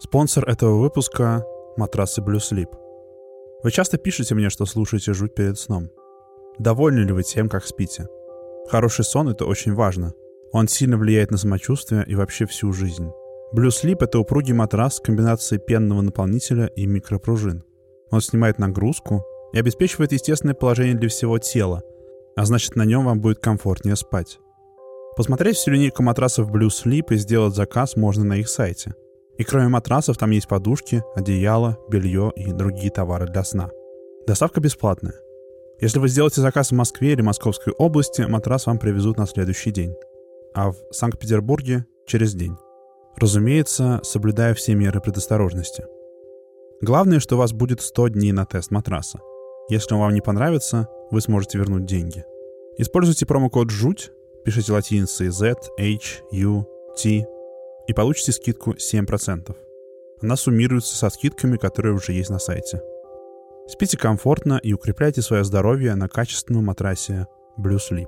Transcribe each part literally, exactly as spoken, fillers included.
Спонсор этого выпуска — матрасы Blue Sleep. Вы часто пишете мне, что слушаете жуть перед сном. Довольны ли вы тем, как спите? Хороший сон — это очень важно. Он сильно влияет на самочувствие и вообще всю жизнь. Blue Sleep — это упругий матрас с комбинацией пенного наполнителя и микропружин. Он снимает нагрузку и обеспечивает естественное положение для всего тела, а значит, на нем вам будет комфортнее спать. Посмотреть всю линейку матрасов Blue Sleep и сделать заказ можно на их сайте. И кроме матрасов там есть подушки, одеяло, белье и другие товары для сна. Доставка бесплатная. Если вы сделаете заказ в Москве или Московской области, матрас вам привезут на следующий день. А в Санкт-Петербурге — через день. Разумеется, соблюдая все меры предосторожности. Главное, что у вас будет сто дней на тест матраса. Если он вам не понравится, вы сможете вернуть деньги. Используйте промокод жуть, пишите латиницей Z, H, U, T и получите скидку семь процентов. Она суммируется со скидками, которые уже есть на сайте. Спите комфортно и укрепляйте свое здоровье на качественном матрасе Blue Sleep.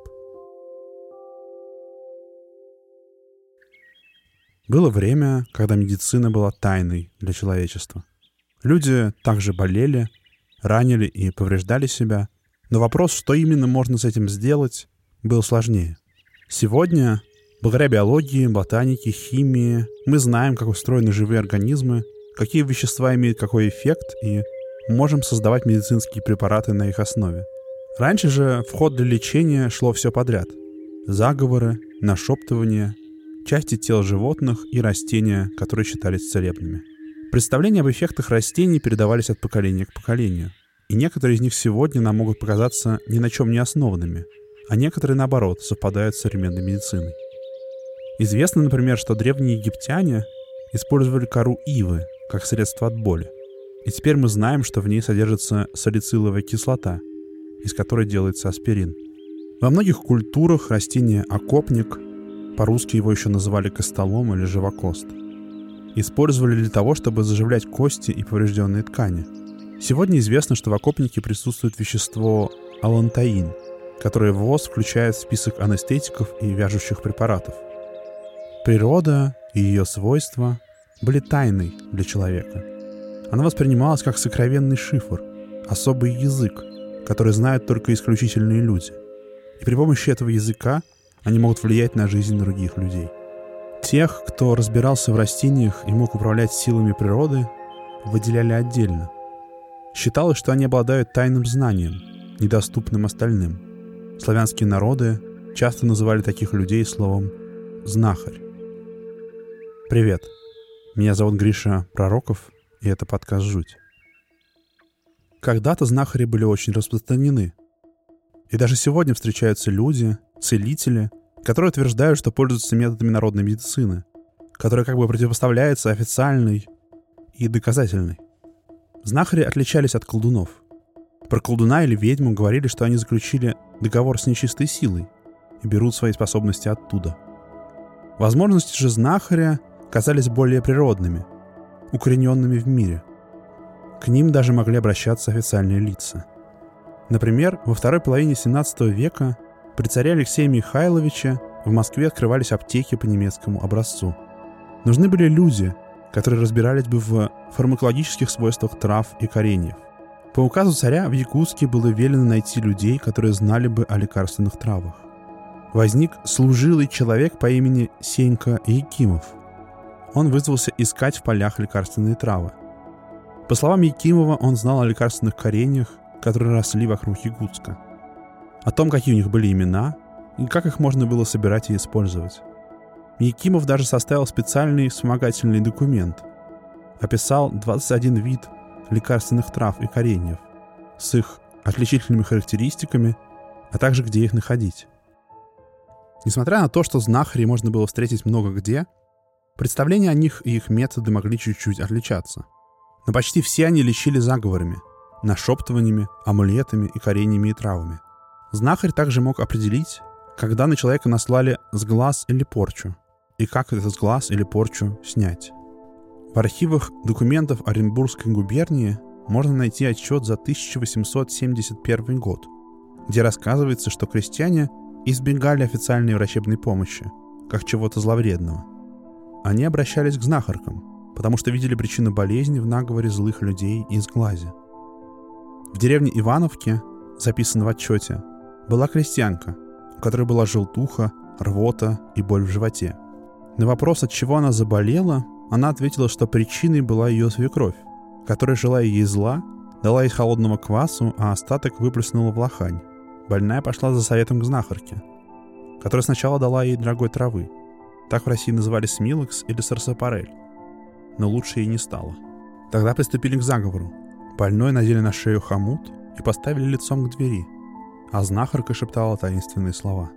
Было время, когда медицина была тайной для человечества. Люди также болели, ранили и повреждали себя, но вопрос, что именно можно с этим сделать, был сложнее. Сегодня, благодаря биологии, ботанике, химии, мы знаем, как устроены живые организмы, какие вещества имеют какой эффект, и можем создавать медицинские препараты на их основе. Раньше же в ход для лечения шло все подряд. Заговоры, нашептывания, части тел животных и растения, которые считались целебными. Представления об эффектах растений передавались от поколения к поколению. И некоторые из них сегодня нам могут показаться ни на чем не основанными, а некоторые, наоборот, совпадают с современной медициной. Известно, например, что древние египтяне использовали кору ивы как средство от боли. И теперь мы знаем, что в ней содержится салициловая кислота, из которой делается аспирин. Во многих культурах растение окопник, по-русски его еще называли костолом или живокост, использовали для того, чтобы заживлять кости и поврежденные ткани. Сегодня известно, что в окопнике присутствует вещество алантаин, которое ВОЗ включает в список анестетиков и вяжущих препаратов. Природа и ее свойства были тайной для человека. Она воспринималась как сокровенный шифр, особый язык, который знают только исключительные люди. И при помощи этого языка они могут влиять на жизнь других людей. Тех, кто разбирался в растениях и мог управлять силами природы, выделяли отдельно. Считалось, что они обладают тайным знанием, недоступным остальным. Славянские народы часто называли таких людей словом «знахарь». Привет, меня зовут Гриша Пророков, и это подкаст «Жуть». Когда-то знахари были очень распространены. И даже сегодня встречаются люди, целители, которые утверждают, что пользуются методами народной медицины, которая как бы противопоставляется официальной и доказательной. Знахари отличались от колдунов. Про колдуна или ведьму говорили, что они заключили договор с нечистой силой и берут свои способности оттуда. Возможности же знахаря казались более природными, укорененными в мире. К ним даже могли обращаться официальные лица. Например, во второй половине семнадцатого века при царе Алексея Михайловиче в Москве открывались аптеки по немецкому образцу. Нужны были люди, которые разбирались бы в фармакологических свойствах трав и кореньев. По указу царя в Якутске было велено найти людей, которые знали бы о лекарственных травах. Возник служилый человек по имени Сенька Якимов. Он вызвался искать в полях лекарственные травы. По словам Якимова, он знал о лекарственных кореньях, которые росли вокруг Якутска, о том, какие у них были имена и как их можно было собирать и использовать. Якимов даже составил специальный вспомогательный документ. Описал двадцать один вид лекарственных трав и кореньев с их отличительными характеристиками, а также где их находить. Несмотря на то, что знахарей можно было встретить много где, представления о них и их методы могли чуть-чуть отличаться. Но почти все они лечили заговорами, нашептываниями, амулетами и кореньями и травами. Знахарь также мог определить, когда на человека наслали сглаз или порчу, и как этот сглаз или порчу снять. В архивах документов Оренбургской губернии можно найти отчет за тысяча восемьсот семьдесят первый год, где рассказывается, что крестьяне избегали официальной врачебной помощи, как чего-то зловредного. Они обращались к знахаркам, потому что видели причину болезни в наговоре злых людей и сглазе. В деревне Ивановке, записано в отчете, была крестьянка, у которой была желтуха, рвота и боль в животе. На вопрос, от чего она заболела, она ответила, что причиной была ее свекровь, которая, желая ей зла, дала ей холодного квасу, а остаток выплеснула в лохань. Больная пошла за советом к знахарке, которая сначала дала ей дорогой травы. Так в России называли смилакс или сарсапарель. Но лучше ей не стало. Тогда приступили к заговору. Больной надели на шею хомут и поставили лицом к двери, а знахарка шептала таинственные слова.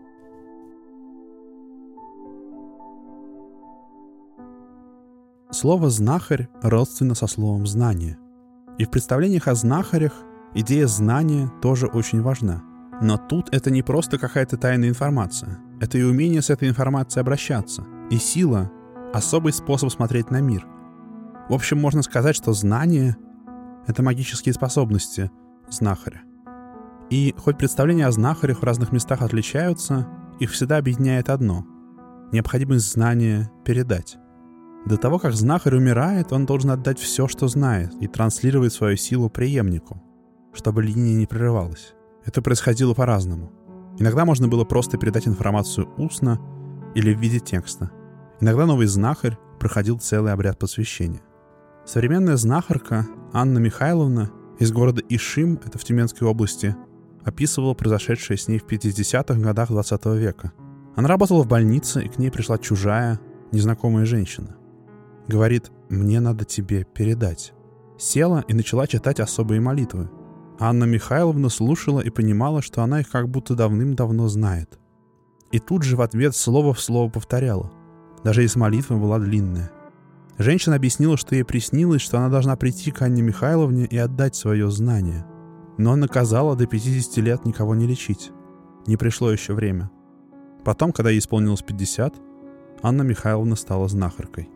Слово «знахарь» родственно со словом «знание». И в представлениях о знахарях идея знания тоже очень важна. Но тут это не просто какая-то тайная информация. Это и умение с этой информацией обращаться. И сила — особый способ смотреть на мир. В общем, можно сказать, что знание — это магические способности знахаря. И хоть представления о знахарях в разных местах отличаются, их всегда объединяет одно — необходимость знания передать. До того, как знахарь умирает, он должен отдать все, что знает, и транслировать свою силу преемнику, чтобы линия не прерывалась. Это происходило по-разному. Иногда можно было просто передать информацию устно или в виде текста. Иногда новый знахарь проходил целый обряд посвящения. Современная знахарка Анна Михайловна из города Ишим, это в Тюменской области, описывала произошедшее с ней в пятидесятых годах двадцатого века. Она работала в больнице, и к ней пришла чужая, незнакомая женщина. Говорит: «Мне надо тебе передать». Села и начала читать особые молитвы. Анна Михайловна слушала и понимала, что она их как будто давным-давно знает. И тут же в ответ слово в слово повторяла, даже если молитва была длинная. Женщина объяснила, что ей приснилось, что она должна прийти к Анне Михайловне и отдать свое знание. Но наказала до пятидесяти лет никого не лечить. Не пришло еще время. Потом, когда ей исполнилось пятьдесят, Анна Михайловна стала знахаркой.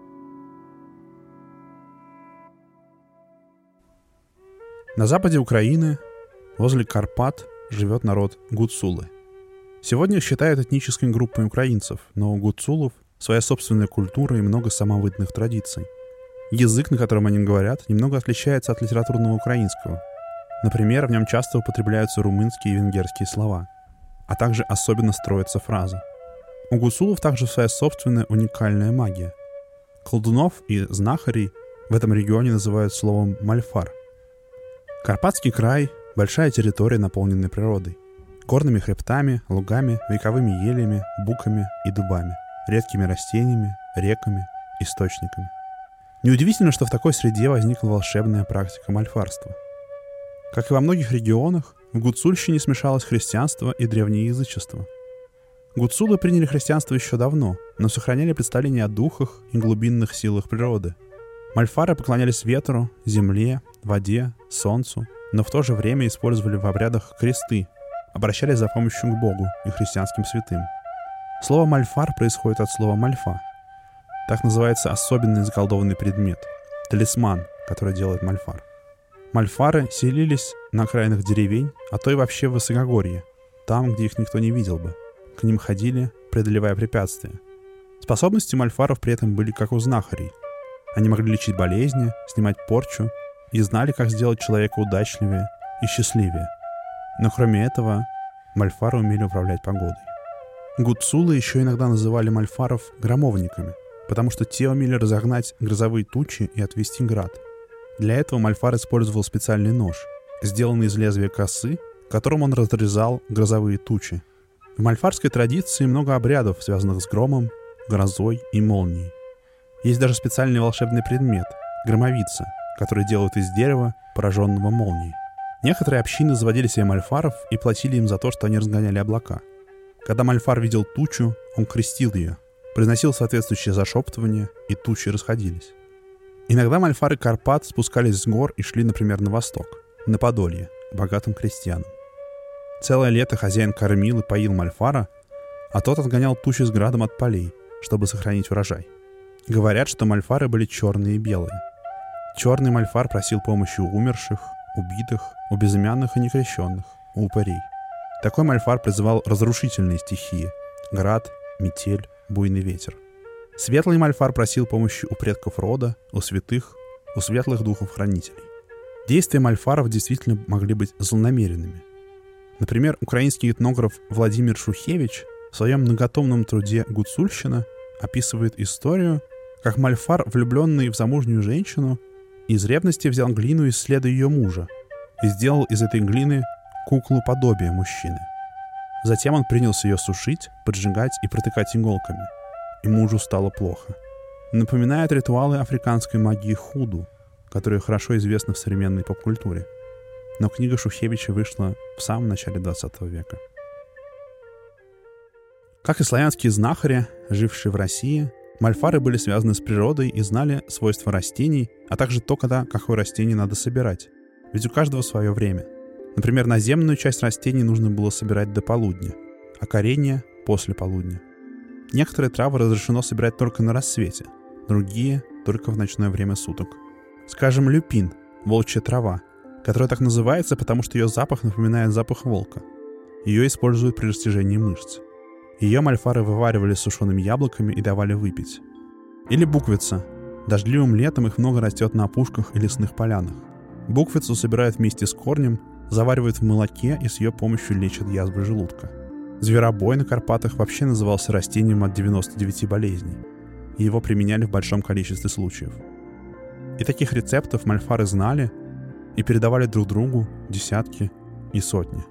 На западе Украины, возле Карпат, живет народ гуцулы. Сегодня их считают этнической группой украинцев, но у гуцулов своя собственная культура и много самобытных традиций. Язык, на котором они говорят, немного отличается от литературного украинского. Например, в нем часто употребляются румынские и венгерские слова, а также особенно строятся фразы. У гуцулов также своя собственная уникальная магия. Колдунов и знахарей в этом регионе называют словом «мальфар». Карпатский край — большая территория, наполненная природой. Горными хребтами, лугами, вековыми елями, буками и дубами, редкими растениями, реками, источниками. Неудивительно, что в такой среде возникла волшебная практика мальфарства. Как и во многих регионах, в гуцульщине смешалось христианство и древнее язычество. Гуцулы приняли христианство еще давно, но сохраняли представление о духах и глубинных силах природы. Мальфары поклонялись ветру, земле, воде, солнцу, но в то же время использовали в обрядах кресты, обращались за помощью к Богу и христианским святым. Слово «мальфар» происходит от слова «мальфа». Так называется особенный заколдованный предмет — талисман, который делает мальфар. Мальфары селились на окраинах деревень, а то и вообще в высокогорье, там, где их никто не видел бы. К ним ходили, преодолевая препятствия. Способности мальфаров при этом были как у знахарей. Они могли лечить болезни, снимать порчу и знали, как сделать человека удачливее и счастливее. Но кроме этого, мальфары умели управлять погодой. Гуцулы еще иногда называли мальфаров громовниками, потому что те умели разогнать грозовые тучи и отвести град. Для этого мальфар использовал специальный нож, сделанный из лезвия косы, которым он разрезал грозовые тучи. В мальфарской традиции много обрядов, связанных с громом, грозой и молнией. Есть даже специальный волшебный предмет — громовица, который делают из дерева, пораженного молнией. Некоторые общины заводили себе мальфаров и платили им за то, что они разгоняли облака. Когда мальфар видел тучу, он крестил ее, произносил соответствующее зашептывание, и тучи расходились. Иногда мальфары Карпат спускались с гор и шли, например, на восток, на Подолье, к богатым крестьянам. Целое лето хозяин кормил и поил мальфара, а тот отгонял тучи с градом от полей, чтобы сохранить урожай. Говорят, что мальфары были черные и белые. Черный мальфар просил помощи у умерших, убитых, у безымянных и некрещенных, у упырей. Такой мальфар призывал разрушительные стихии — град, метель, буйный ветер. Светлый Мальфар просил помощи у предков рода, у святых, у светлых духов-хранителей. Действия Мальфаров действительно могли быть злонамеренными. Например, украинский этнограф Владимир Шухевич в своем многотомном труде «Гуцульщина» описывает историю, как Мальфар, влюбленный в замужнюю женщину, из ревности взял глину из следа ее мужа и сделал из этой глины куклу подобия мужчины. Затем он принялся ее сушить, поджигать и протыкать иголками. И мужу стало плохо. Напоминает ритуалы африканской магии худу, которые хорошо известны в современной поп-культуре. Но книга Шухевича вышла в самом начале двадцатого века. Как и славянские знахари, жившие в России, мальфары были связаны с природой и знали свойства растений, а также то, когда какое растение надо собирать. Ведь у каждого свое время. Например, наземную часть растений нужно было собирать до полудня, а коренья — после полудня. Некоторые травы разрешено собирать только на рассвете, другие — только в ночное время суток. Скажем, люпин — волчья трава, которая так называется, потому что ее запах напоминает запах волка. Ее используют при растяжении мышц. Ее мальфары вываривали с сушеными яблоками и давали выпить. Или буквица. Дождливым летом их много растет на опушках и лесных полянах. Буквицу собирают вместе с корнем, заваривают в молоке и с ее помощью лечат язвы желудка. Зверобой на Карпатах вообще назывался растением от девяноста девяти болезней, и его применяли в большом количестве случаев. И таких рецептов мальфары знали и передавали друг другу десятки и сотни.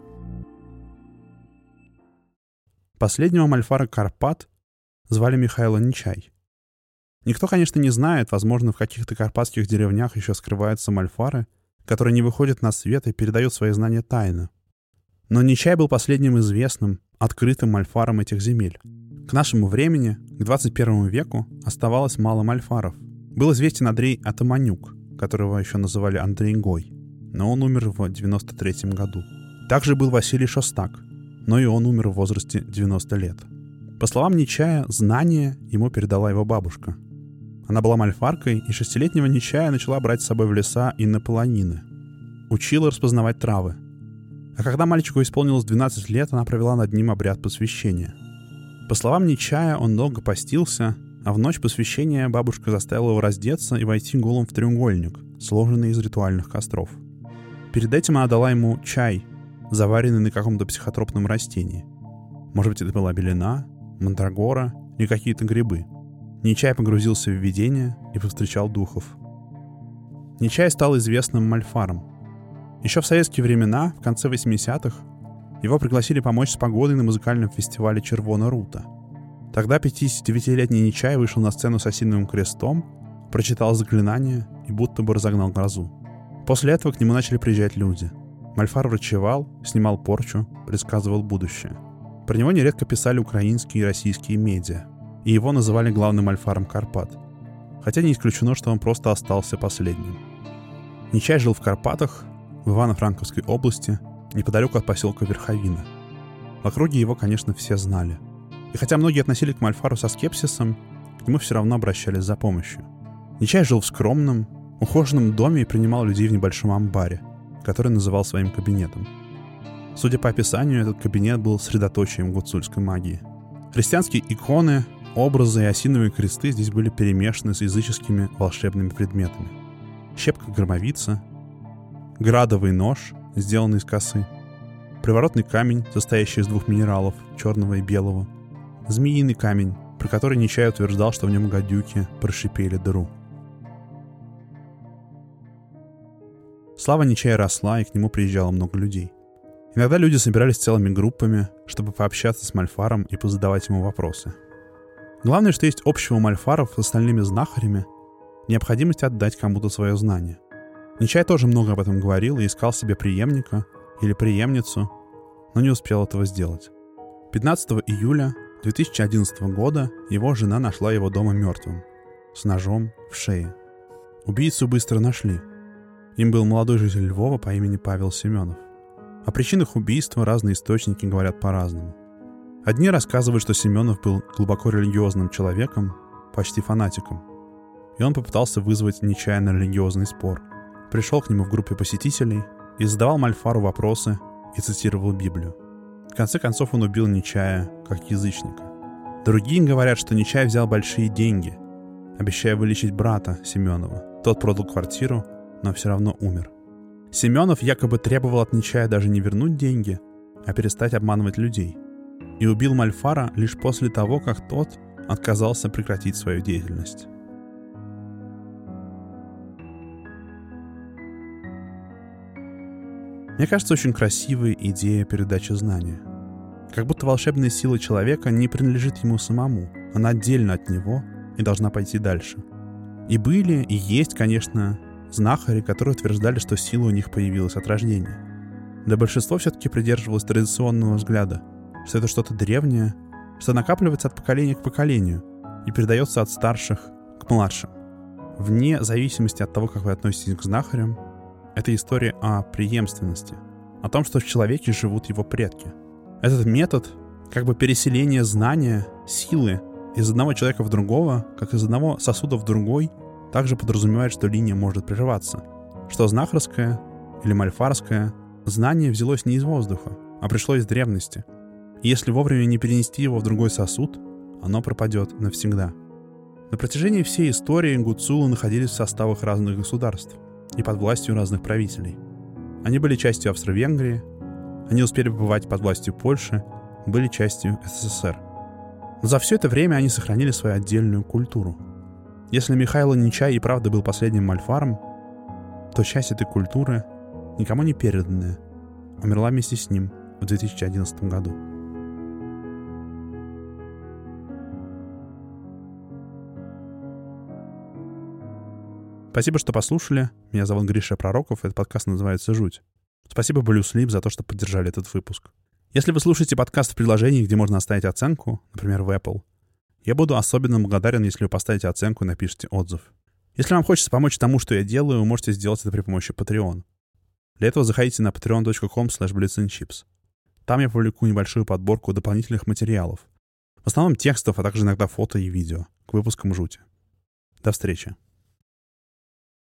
Последнего мальфара Карпат звали Михайло Нечай. Никто, конечно, не знает, возможно, в каких-то карпатских деревнях еще скрываются мальфары, которые не выходят на свет и передают свои знания тайно. Но Нечай был последним известным, открытым мальфаром этих земель. К нашему времени, к двадцать первому веку, оставалось мало мальфаров. Был известен Андрей Атаманюк, которого еще называли Андрей Гой, но он умер в девяносто третьем году. Также был Василий Шостак, но и он умер в возрасте девяноста лет. По словам Нечая, знания ему передала его бабушка. Она была мальфаркой, и шестилетнего Нечая начала брать с собой в леса и на полонины. Учила распознавать травы. А когда мальчику исполнилось двенадцать лет, она провела над ним обряд посвящения. По словам Нечая, он долго постился, а в ночь посвящения бабушка заставила его раздеться и войти голым в треугольник, сложенный из ритуальных костров. Перед этим она дала ему чай, заваренный на каком-то психотропном растении. Может быть, это была белена, мандрагора или какие-то грибы. Нечай погрузился в видение и повстречал духов. Нечай стал известным мальфаром. Еще в советские времена, в конце восьмидесятых, его пригласили помочь с погодой на музыкальном фестивале «Червона рута». Тогда пятидесятидевятилетний Нечай вышел на сцену с осиновым крестом, прочитал заклинание и будто бы разогнал грозу. После этого к нему начали приезжать люди. Мальфар врачевал, снимал порчу, предсказывал будущее. Про него нередко писали украинские и российские медиа, и его называли главным мальфаром Карпат. Хотя не исключено, что он просто остался последним. Нечай жил в Карпатах, в Ивано-Франковской области, неподалеку от поселка Верховина. В округе его, конечно, все знали. И хотя многие относились к мальфару со скепсисом, к нему все равно обращались за помощью. Нечай жил в скромном, ухоженном доме и принимал людей в небольшом амбаре, который называл своим кабинетом. Судя по описанию, этот кабинет был средоточием гуцульской магии. Христианские иконы, образы и осиновые кресты здесь были перемешаны с языческими волшебными предметами. Щепка-громовица, градовый нож, сделанный из косы, приворотный камень, состоящий из двух минералов, черного и белого, змеиный камень, про который Нечай утверждал, что в нем гадюки прошипели дыру. Слава Нечая росла, и к нему приезжало много людей. Иногда люди собирались целыми группами, чтобы пообщаться с мальфаром и позадавать ему вопросы. Главное, что есть общего у мальфаров с остальными знахарями — необходимость отдать кому-то свое знание. Нечай тоже много об этом говорил и искал себе преемника или преемницу, но не успел этого сделать. пятнадцатого июля две тысячи одиннадцатого года его жена нашла его дома мертвым, с ножом в шее. Убийцу быстро нашли. Им был молодой житель Львова по имени Павел Семенов. О причинах убийства разные источники говорят по-разному. Одни рассказывают, что Семенов был глубоко религиозным человеком, почти фанатиком, и он попытался вызвать Нечая на религиозный спор. Пришел к нему в группе посетителей и задавал мальфару вопросы и цитировал Библию. В конце концов он убил Нечая как язычника. Другие говорят, что Нечай взял большие деньги, обещая вылечить брата Семенова. Тот продал квартиру, но все равно умер. Семенов якобы требовал от Нечая даже не вернуть деньги, а перестать обманывать людей. И убил Мальфара лишь после того, как тот отказался прекратить свою деятельность. Мне кажется, очень красивой идея передачи знания. Как будто волшебная сила человека не принадлежит ему самому, она отдельно от него и должна пойти дальше. И были, и есть, конечно, знахари, которые утверждали, что сила у них появилась от рождения. Да большинство все-таки придерживалось традиционного взгляда, что это что-то древнее, что накапливается от поколения к поколению и передается от старших к младшим. Вне зависимости от того, как вы относитесь к знахарям, это история о преемственности, о том, что в человеке живут его предки. Этот метод как бы переселение знания, силы из одного человека в другого, как из одного сосуда в другой, также подразумевает, что линия может прерываться, что знахарское или мальфарское знание взялось не из воздуха, а пришло из древности. И если вовремя не перенести его в другой сосуд, оно пропадет навсегда. На протяжении всей истории гуцулы находились в составах разных государств и под властью разных правителей. Они были частью Австро-Венгрии, они успели побывать под властью Польши, были частью СССР. Но за все это время они сохранили свою отдельную культуру. Если Михайло Нечай и правда был последним мальфаром, то часть этой культуры, никому не переданная, умерла вместе с ним в две тысячи одиннадцатом году. Спасибо, что послушали. Меня зовут Гриша Пророков, этот подкаст называется «Жуть». Спасибо Blue Sleep за то, что поддержали этот выпуск. Если вы слушаете подкаст в приложении, где можно оставить оценку, например, в Apple, я буду особенно благодарен, если вы поставите оценку и напишите отзыв. Если вам хочется помочь тому, что я делаю, вы можете сделать это при помощи Patreon. Для этого заходите на patreon dot com slash blitzandchips. Там я публикую небольшую подборку дополнительных материалов. В основном текстов, а также иногда фото и видео к выпускам «Жути». До встречи.